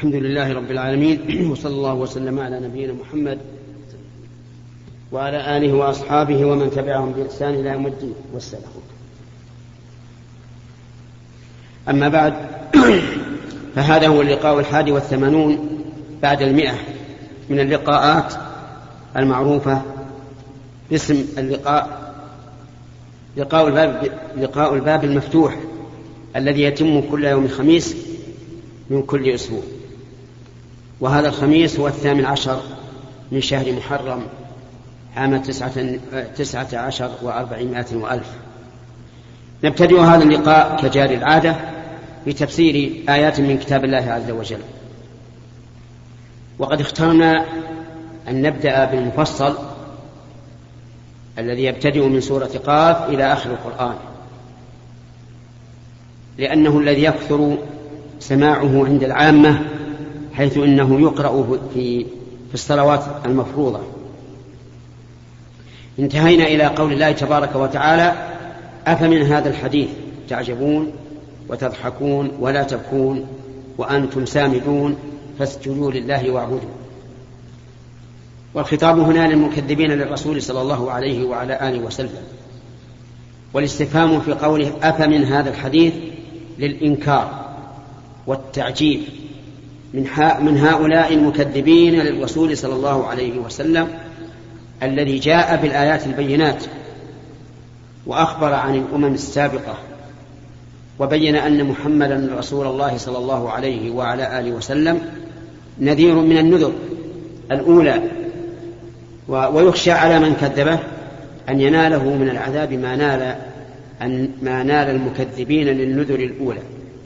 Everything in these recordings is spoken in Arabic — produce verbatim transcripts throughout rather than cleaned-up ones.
الحمد لله رب العالمين، وصلى الله وسلم على نبينا محمد وعلى آله وأصحابه ومن تبعهم بإحسان إلى يوم الدين والسلام. أما بعد، فهذا هو اللقاء الحادي والثمانون بعد المئة من اللقاءات المعروفة باسم اللقاء لقاء الباب, لقاء الباب المفتوح الذي يتم كل يوم خميس من كل أسبوع، وهذا الخميس هو الثامن عشر من شهر محرم عام تسعة, تسعة عشر وأربعمائة وألف. نبتدئ هذا اللقاء كجاري العادة بتفسير آيات من كتاب الله عز وجل، وقد اخترنا أن نبدأ بالمفصل الذي يبتدئ من سورة قاف إلى آخر القرآن، لأنه الذي يكثر سماعه عند العامة، حيث إنه يقرأ في في الصلوات المفروضة. انتهينا إلى قول الله تبارك وتعالى: أفمن هذا الحديث تعجبون وتضحكون ولا تبكون وأنتم سامدون فاسجدوا لله واعبدوا. والخطاب هنا للمكذبين للرسول صلى الله عليه وعلى آله وسلم، والاستفهام في قوله أفمن هذا الحديث للإنكار والتعجيب من هؤلاء المكذبين للرسول صلى الله عليه وسلم الذي جاء بالآيات البينات وأخبر عن الأمم السابقة، وبين أن محمدا رسول الله صلى الله عليه وعلى آله وسلم نذير من النذر الأولى، ويخشى على من كذبه أن يناله من العذاب ما نال أن ما نال المكذبين للنذر الأولى.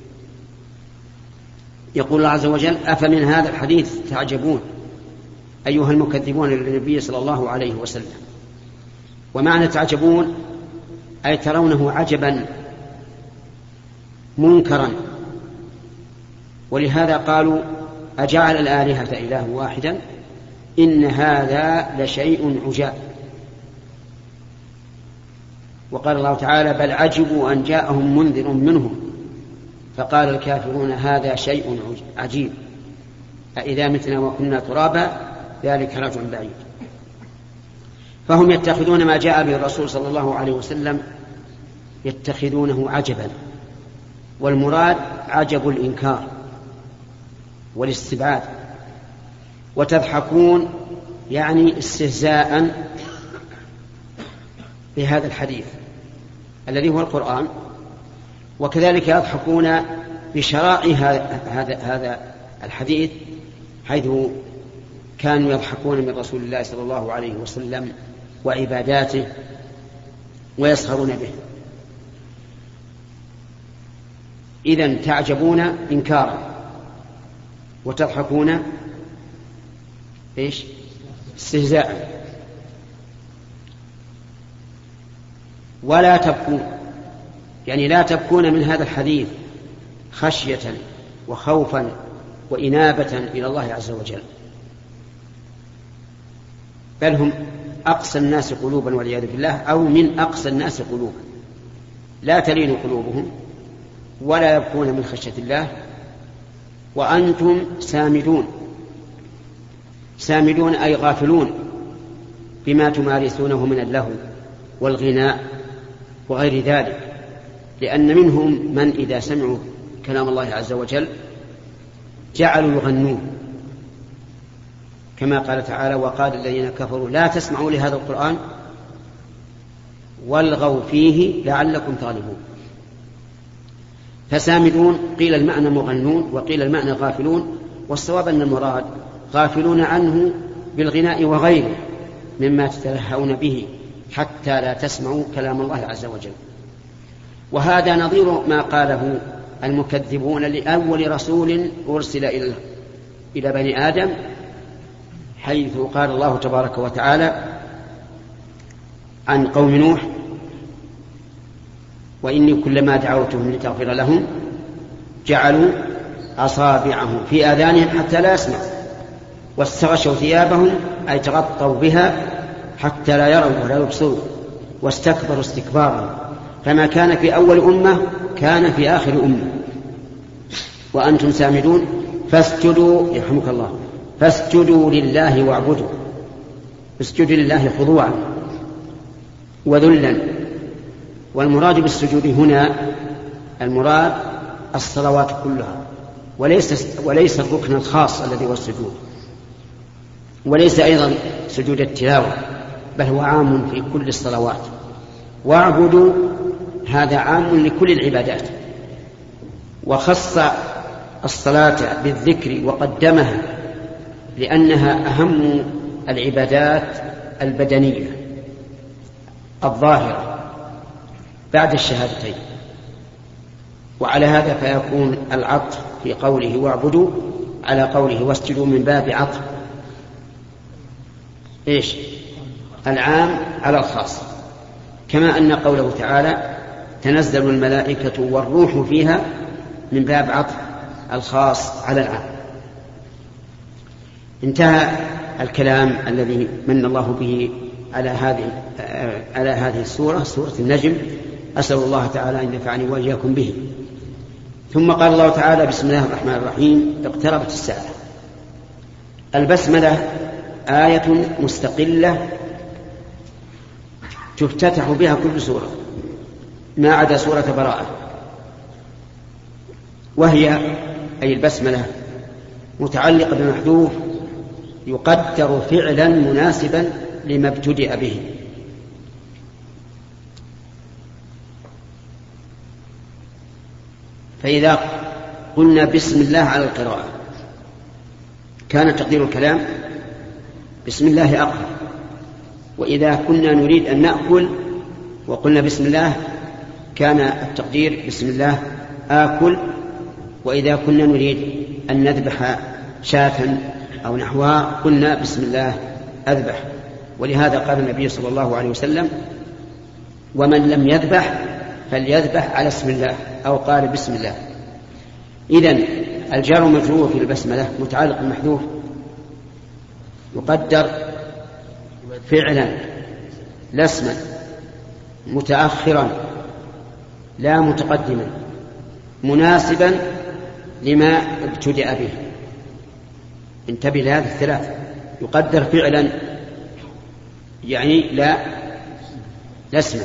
يقول الله عز وجل: أفمن هذا الحديث تعجبون أيها المكذبون للنبي صلى الله عليه وسلم. ومعنى تعجبون أي ترونه عجبا منكرا، ولهذا قالوا: أجعل الآلهة إله واحدا إن هذا لشيء عجاب. وقال الله تعالى: بل عجبوا أن جاءهم منذر منهم فقال الكافرون هذا شيء عجيب أإذا متنا وكنا ترابا ذلك رجع بعيد. فهم يتخذون ما جاء به الرسول صلى الله عليه وسلم يتخذونه عجبا، والمراد عجب الإنكار والاستبعاد. وتضحكون يعني استهزاء بهذا الحديث الذي هو القرآن، وكذلك يضحكون بشرائع هذا هذا الحديث، حيث كانوا يضحكون من رسول الله صلى الله عليه وسلم وعباداته ويسخرون به. إذن تعجبون إنكارا، وتضحكون إيش؟ استهزاء. ولا تبكون يعني لا تبكون من هذا الحديث خشية وخوفا وإنابة إلى الله عز وجل، بل هم أقسى الناس قلوبا والعياذ بالله، أو من أقسى الناس قلوبا، لا تلين قلوبهم ولا يبكون من خشية الله، وأنتم سامدون. سامدون أي غافلون بما تمارسونه من اللهو والغناء وغير ذلك، لأن منهم من إذا سمعوا كلام الله عز وجل جعلوا يغنون، كما قال تعالى: وقال الذين كفروا لا تسمعوا لهذا القرآن والغوا فيه لعلكم تغلبون. فسامدون قيل المعنى مغنون وقيل المعنى غافلون، والصواب أن المراد غافلون عنه بالغناء وغيره مما تتلهون به حتى لا تسمعوا كلام الله عز وجل. وهذا نظير ما قاله المكذبون لأول رسول أرسل إلى بني آدم، حيث قال الله تبارك وتعالى عن قوم نوح: وإني كلما دعوتهم لتغفر لهم جعلوا أصابعهم في آذانهم حتى لا يسمعوا واستغشوا ثيابهم أي تغطوا بها حتى لا يروا ولا يبصروا واستكبروا استكبارا. فما كان في أول أمة كان في آخر أمة. وأنتم سامدون فاسجدوا يرحمك الله فاسجدوا لله واعبدوا. اسجدوا لله خضوعا وذلا. والمراد بالسجود هنا المراد الصلوات كلها، وليس وليس الركن الخاص الذي هو السجود، وليس أيضا سجود التلاوة، بل هو عام في كل الصلوات. واعبدوا هذا عام لكل العبادات، وخص الصلاة بالذكر وقدمها لأنها أهم العبادات البدنية الظاهرة بعد الشهادتين. وعلى هذا فيكون العطف في قوله واعبدوا على قوله واسجدوا من باب عطف إيش؟ العام على الخاص، كما أن قوله تعالى تنزل الملائكة والروح فيها من باب عطف الخاص على العام. انتهى الكلام الذي من الله به على هذه على هذه السورة، سورة النجم. أسأل الله تعالى أن ينفعني وإياكم به. ثم قال الله تعالى بسم الله الرحمن الرحيم اقتربت الساعة. البسملة آية مستقلة تفتتح بها كل سورة ما عدا سورة براءة، وهي أي البسملة متعلقة بمحذوف يقدر فعلا مناسبا لما ابتدأ به. فإذا قلنا بسم الله على القراءة كان تقدير الكلام بسم الله أقرأ. وإذا كنا نريد أن نأكل وقلنا بسم الله كان التقدير بسم الله آكل. وإذا كنا نريد أن نذبح شاة أو نحوها قلنا بسم الله أذبح. ولهذا قال النبي صلى الله عليه وسلم ومن لم يذبح فليذبح على اسم الله أو قال بسم الله. إذن الجار مجرور في البسملة متعلق بالمحذوف يقدر فعلا لا اسما متأخرا لا متقدما مناسبا لما ابتدأ به. انتبه لهذه الثلاث. يقدر فعلا يعني لا لا اسما،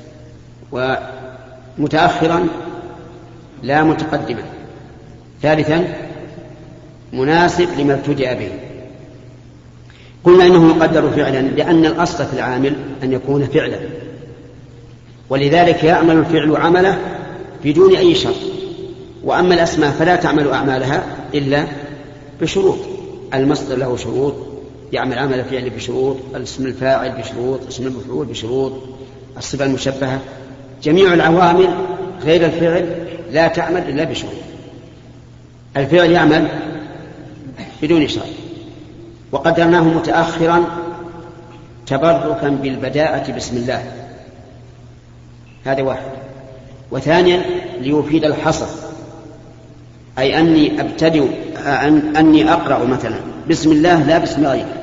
ومتأخرا لا متقدما، ثالثا مناسب لما ابتدأ به. قلنا إنه يقدر فعلا لأن الأصل في العامل أن يكون فعلا، ولذلك يعمل الفعل عمله بدون أي شرط. وأما الأسماء فلا تعمل أعمالها إلا بشروط. المصدر له شروط يعمل عمل فعل بشروط، الاسم الفاعل بشروط، اسم المفعول بشروط، الصفة المشبهة. جميع العوامل غير الفعل لا تعمل إلا بشروط. الفعل يعمل بدون شرط. وقدرناه متأخرا تبركا بالبداءة بسم الله، هذا واحد. وثانيا ليفيد الحصر، أي أني أبتدئ أن أني أقرأ مثلا بسم الله لا بسم غيره،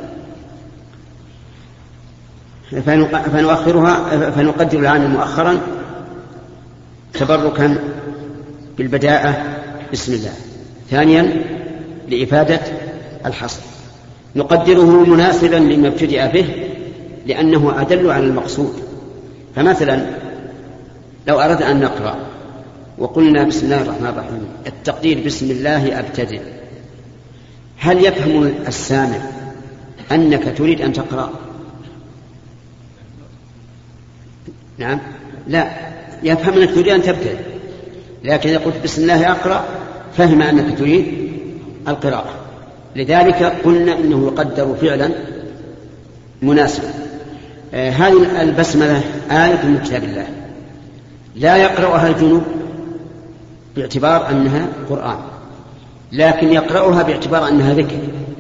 فنؤخرها فنقدر العامل مؤخرا تبركا بالبداءة بسم الله. ثانيا لإفادة الحصر نقدره مناسبا لما ابتدأ به لأنه أدل على المقصود. فمثلا لو أردنا أن نقرأ وقلنا بسم الله الرحمن الرحيم التقدير بسم الله أبتدئ، هل يفهم السامع أنك تريد أن تقرأ؟ نعم لا، يفهم أنك تريد أن تبتدئ، لكن إذا قلت بسم الله أقرأ فهم أنك تريد القراءة. لذلك قلنا إنه يقدر فعلا مناسبا. آه هذه البسملة آية من كتاب الله لا يقرأها الجنوب باعتبار أنها قرآن، لكن يقرأها باعتبار أنها ذكر.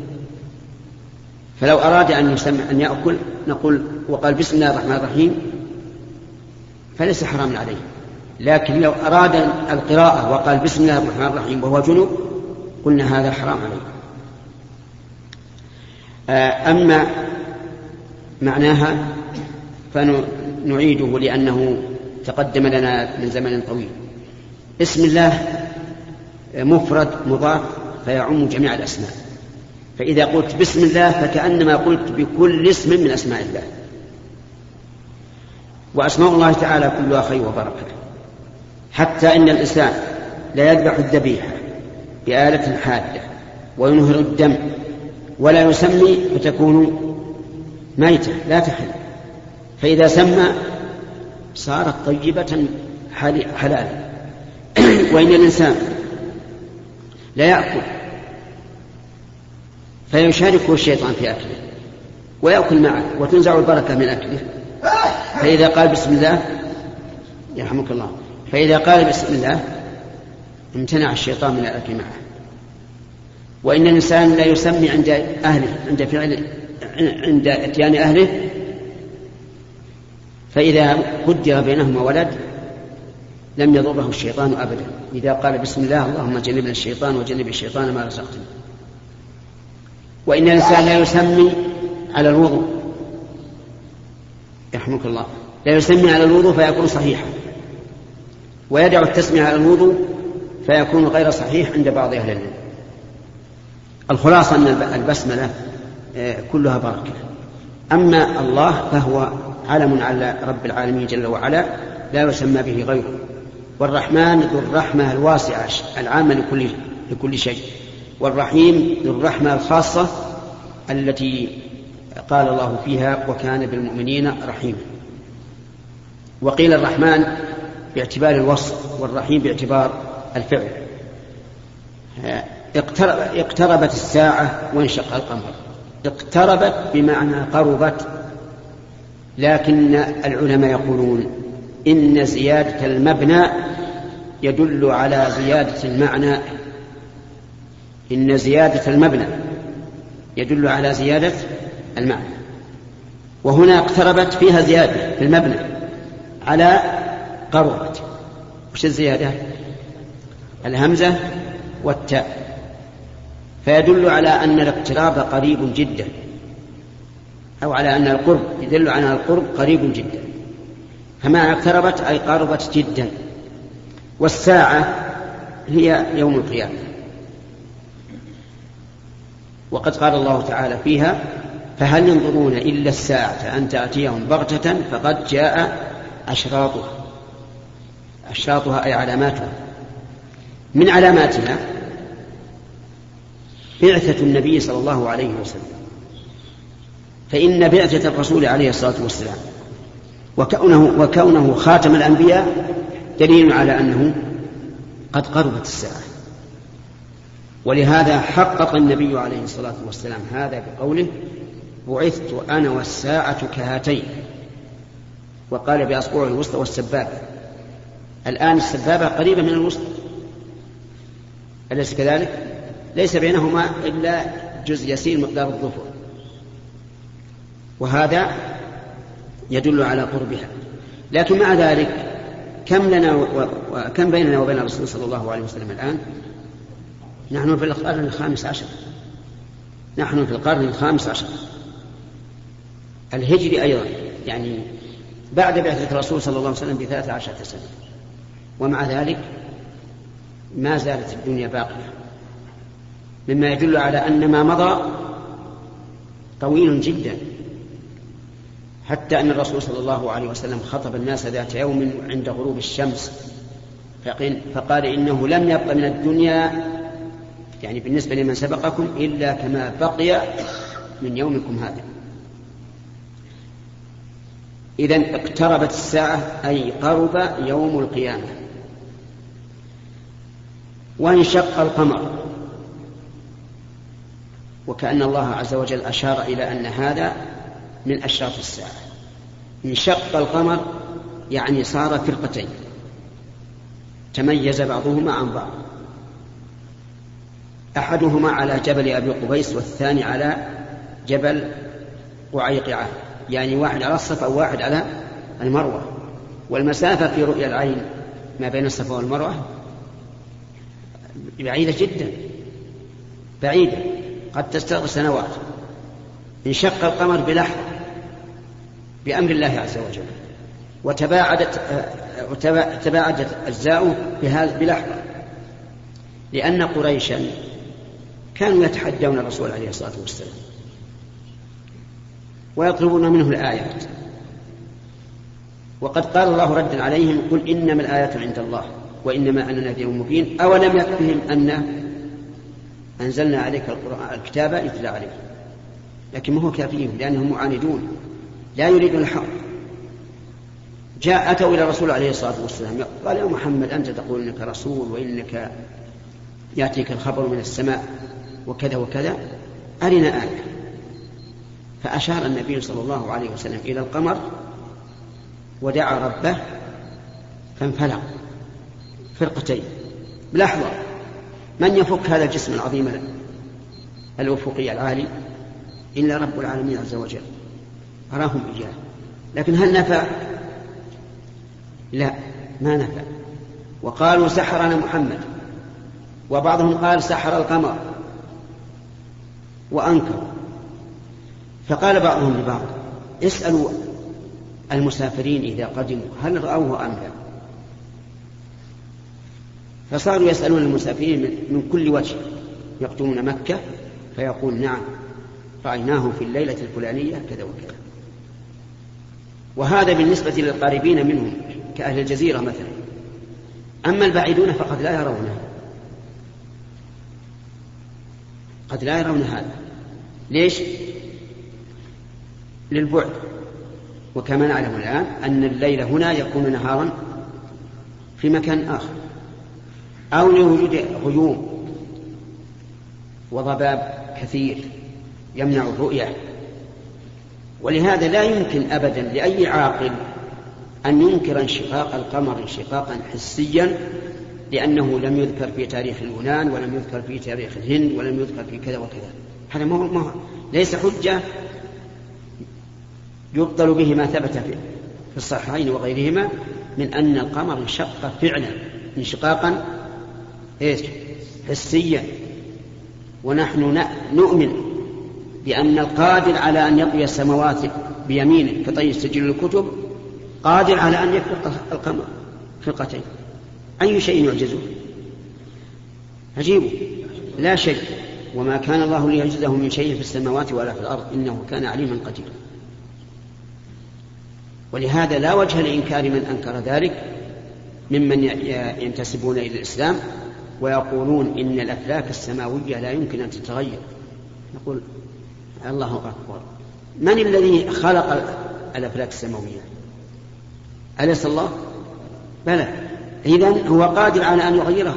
فلو أراد أن يسمع أن يأكل نقول وقال بسم الله الرحمن الرحيم فليس حرام عليه. لكن لو أراد القراءة وقال بسم الله الرحمن الرحيم وهو جنوب قلنا هذا حرام عليه. أما معناها فنعيده لأنه تقدم لنا من زمن طويل. اسم الله مفرد مضاف فيعم جميع الأسماء. فإذا قلت بسم الله فكأنما قلت بكل اسم من أسماء الله. وأسماء الله تعالى كلها خير وبركة، حتى إن الإنسان لا يذبح الذبيحة بآلة حادة وينهر الدم ولا يسمي فتكون ميتة لا تحل، فإذا سمى صارت طيبة حلالا. وإن الإنسان لا يأكل فيشاركه الشيطان في أكله ويأكل معه وتنزع البركة من أكله، فإذا قال بسم الله يرحمك الله فإذا قال بسم الله امتنع الشيطان من الأكل معه. وإن الإنسان لا يسمي عند أهله عند فعل عند اتيان أهله، فإذا قدر بينهما ولد لم يضره الشيطان أبدا إذا قال بسم الله اللهم جنبنا الشيطان وجنب الشيطان ما رزقتنا. وإن الإنسان لا يسمي على الوضوء يرحمك الله لا يسمي على الوضوء فيكون صحيحا، ويدع التسمية على الوضوء فيكون غير صحيح عند بعض أهل العلم. الخلاصة أن البسملة كلها بركة. أما الله فهو علم على رب العالمين جل وعلا لا يسمى به غيره. والرحمن ذو الرحمة الواسعة العامة لكل, لكل شيء، والرحيم ذو الرحمة الخاصة التي قال الله فيها وكان بالمؤمنين رحيما. وقيل الرحمن باعتبار الوصف والرحيم باعتبار الفعل. اقتربت الساعة وانشق القمر. اقتربت بمعنى قربت، لكن العلماء يقولون إن زيادة المبنى يدل على زيادة المعنى. إن زيادة المبنى يدل على زيادة المعنى، وهنا اقتربت فيها زيادة في المبنى على قربت. وش الزيادة؟ الهمزة والتاء، فيدل على أن الاقتراب قريب جدا، أو على أن القرب يدل على القرب قريب جدا. فما اقتربت أي قربت جدا. والساعة هي يوم القيامة، وقد قال الله تعالى فيها فهل ينظرون إلا الساعة أن تأتيهم بغتة فقد جاء أشراطها. أشراطها أي علاماتها. من علاماتها بعثة النبي صلى الله عليه وسلم، فإن بعثة الرسول عليه الصلاة والسلام وكونه, وكونه خاتم الأنبياء دليل على أنه قد قربت الساعة. ولهذا حقق النبي عليه الصلاة والسلام هذا بقوله بعثت أنا والساعة كهاتين، وقال بأصبعه الوسطى والسبابة. الآن السبابة قريبة من الوسطى، أليس كذلك؟ ليس بينهما إلا جزء يسير مقدار الظفر، وهذا يدل على قربها. لكن مع ذلك كم لنا وكم بيننا وبين الرسول صلى الله عليه وسلم الآن؟ نحن في القرن الخامس عشر نحن في القرن الخامس عشر الهجري أيضا، يعني بعد بعثة الرسول صلى الله عليه وسلم بثلاث عشرة سنة، ومع ذلك ما زالت الدنيا باقية، مما يدل على أن ما مضى طويل جدا. حتى أن الرسول صلى الله عليه وسلم خطب الناس ذات يوم عند غروب الشمس فقال إنه لم يبق من الدنيا يعني بالنسبة لمن سبقكم إلا كما بقي من يومكم هذا. إذن اقتربت الساعة أي قرب يوم القيامة. وانشق القمر، وكأن الله عز وجل أشار إلى أن هذا من أشراط الساعة. انشق القمر يعني صار فرقتين تميز بعضهما عن بعض، أحدهما على جبل أبي قبيس والثاني على جبل قعيقعة، يعني واحد على الصفا وواحد على المروة، والمسافة في رؤيا العين ما بين الصفا والمروة بعيدة جدا، بعيدة قد تستغرق سنوات. انشق القمر بلحظة بأمر الله عز وجل، وتباعدت تباعدت أجزاؤه بهذا بلحظة، لأن قريشا كانوا يتحدون الرسول عليه الصلاة والسلام ويطلبون منه الآيات، وقد قال الله ردا عليهم: قل إنما الآيات عند الله وإنما أنا نذير مبين أولم يكفهم أن أنزلنا عليك القرآن الكتاب يتلى عليه. لكن ما هو كافيهم لأنهم معاندون لا يريدون الحق. جاء أتوا إلى الرسول عليه الصلاة والسلام قال: يا محمد أنت تقول إنك رسول وإنك يأتيك الخبر من السماء وكذا وكذا، أرنا آية. فأشار النبي صلى الله عليه وسلم إلى القمر ودعا ربه فانفلق فرقتين بلحظة. من يفك هذا الجسم العظيم الأفقي العالي إلا رب العالمين عز وجل، أراهم إياه. لكن هل نفع؟ لا، ما نفع. وقالوا سحرنا محمد، وبعضهم قال سحر القمر وأنكروا. فقال بعضهم لبعض: اسألوا المسافرين إذا قدموا هل رأوه أم لا. فصاروا يسألون المسافرين من كل وجه، يقدمون مكة فيقول: نعم رأيناه في الليلة الفلانية كذا وكذا. وهذا بالنسبة للقاربين منهم كأهل الجزيرة مثلا. أما البعيدون فقد لا يرونه، قد لا يرون هذا. ليش؟ للبعد. وكما نعلم الآن أن الليل هنا يكون نهارا في مكان آخر، أو لوجود غيوم وضباب كثير يمنع الرؤية. ولهذا لا يمكن أبدا لأي عاقل أن ينكر انشقاق القمر انشقاقا حسيا، لأنه لم يذكر في تاريخ اليونان ولم يذكر في تاريخ الهند ولم يذكر في كذا وكذا. هذا ما هو ليس حجة يبطل به ما ثبت في الصحيحين وغيرهما من أن القمر انشق فعلا انشقاقا حسيا. ونحن نؤمن بأن القادر على أن يطوي السماوات بيمينه كطي سجل الكتب قادر على أن يفرق القمر فرقتين. أي شيء يعجزه؟ عجيب، لا شيء. وما كان الله ليعجزه من شيء في السماوات ولا في الأرض إنه كان عليما قديرا. ولهذا لا وجه لإنكار من أنكر ذلك ممن ينتسبون إلى الإسلام ويقولون إن الأفلاك السماوية لا يمكن أن تتغير. نقول: الله أكبر، من الذي خلق الأفلاك السماوية؟ أليس الله؟ بلى. إذن هو قادر على أن يغيرها.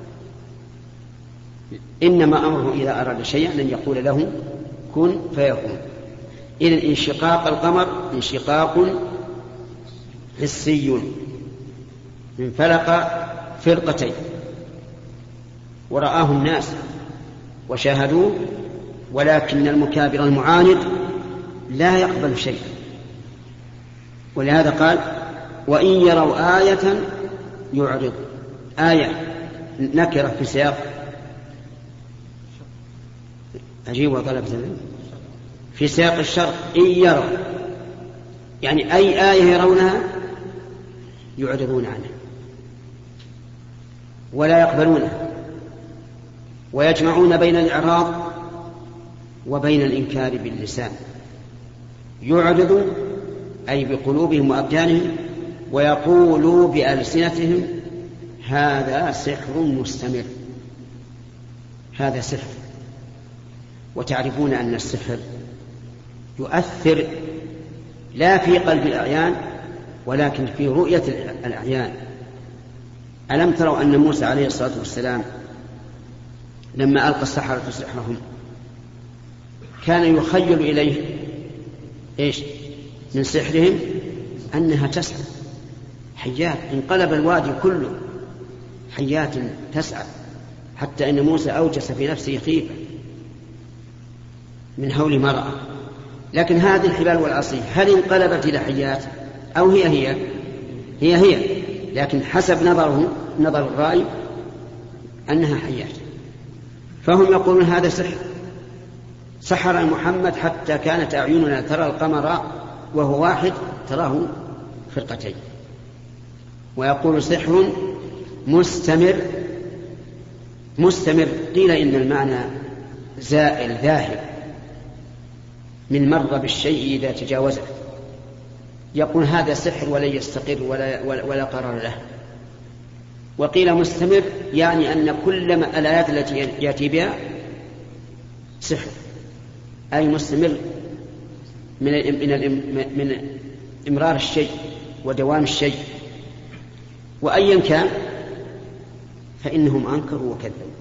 إنما أمره إذا أراد شيئا أن يقول له كن فيكون. إذن انشقاق القمر انشقاق حسي انفلق فرقتين ورآه الناس وشاهدوه، ولكن المكابر المعاند لا يقبل شيئا. ولهذا قال: وإن يروا آية يعرض. آية نكرة في سياق عجيب وطلب في سياق الشرط. إن يروا يعني أي آية يرونها يعرضون عنها ولا يقبلونها، ويجمعون بين الإعراض وبين الإنكار باللسان. يعرضوا أي بقلوبهم وأبدانهم، ويقولوا بألسنتهم هذا سحر مستمر، هذا سحر. وتعرفون أن السحر يؤثر لا في قلب الأعيان ولكن في رؤية الأعيان. ألم تروا أن موسى عليه الصلاة والسلام لما ألقى السحرة سحرهم كان يخيل إليه إيش من سحرهم؟ أنها تسعى حيات، انقلب الوادي كله حيات تسعى، حتى أن موسى أوجس في نفسه خيفة من هول ما رأى. لكن هذه الحبال والعصي هل انقلبت إلى حيات أو هي هي هي هي لكن حسب نظره نظر الرأي أنها حيات. فهم يقولون هذا سحر، سحر محمد حتى كانت أعيننا ترى القمر وهو واحد تراه فرقتين. ويقول سحر مستمر. مستمر قيل إن المعنى زائل ذاهب من مر بالشيء إذا تجاوزه، يقول هذا سحر ولا يستقر ولا, ولا قرار له. وقيل مستمر يعني أن كل الآيات التي يأتي بها سحر، أي مستمر من من إمرار الشيء ودوام الشيء. وأيا كان فإنهم أنكروا وكذبوا،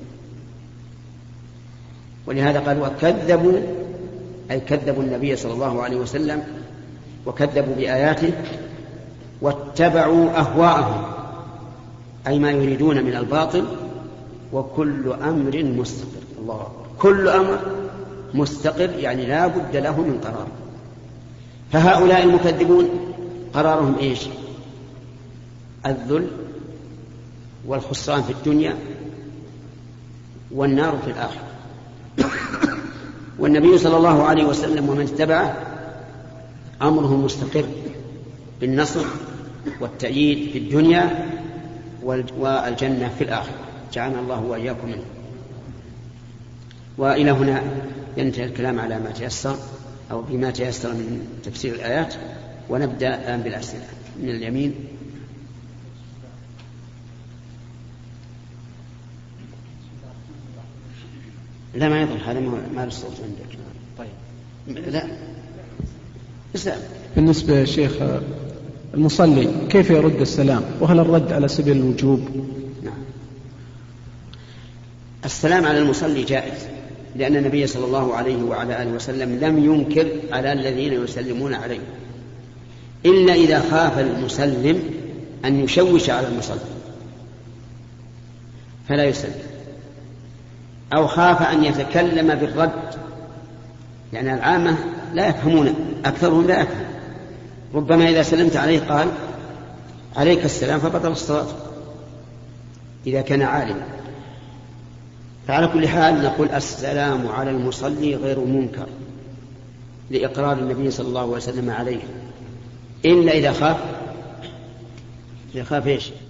ولهذا قالوا وكذبوا، أي كذبوا النبي صلى الله عليه وسلم وكذبوا بآياته واتبعوا أهواءهم، أي ما يريدون من الباطل. وكل أمر مستقر، الله أكبر، كل أمر مستقر يعني لا بد له من قرار. فهؤلاء المكذبون قرارهم إيش؟ الذل والخسران في الدنيا والنار في الآخرة. والنبي صلى الله عليه وسلم ومن اتبعه أمره مستقر بالنصر والتأييد في الدنيا والجنة في الآخرة، جعلنا الله وإياكم منه. وإلى هنا ينتهي الكلام على ما تيسر أو بما تيسر من تفسير الآيات، ونبدأ الآن بالأسئلة من اليمين. لا ما يضر، هذا ما الصوت عندك. طيب لا اسلام. بالنسبة يا شيخ المصلي كيف يرد السلام، وهل الرد على سبيل الوجوب؟ نعم، السلام على المصلي جائز، لأن النبي صلى الله عليه وعلى آله وسلم لم ينكر على الذين يسلمون عليه، إلا إذا خاف المسلم أن يشوش على المصلي فلا يسلم، أو خاف أن يتكلم بالرد، يعني العامة لا يفهمون، أكثرهم لا يفهم، ربما إذا سلمت عليه قال عليك السلام فبطل الصلاة إذا كان عالما. فعلى كل حال نقول السلام على المصلي غير منكر لإقرار النبي صلى الله عليه وسلم عليه، إلا إذا خاف إذا خاف إيش؟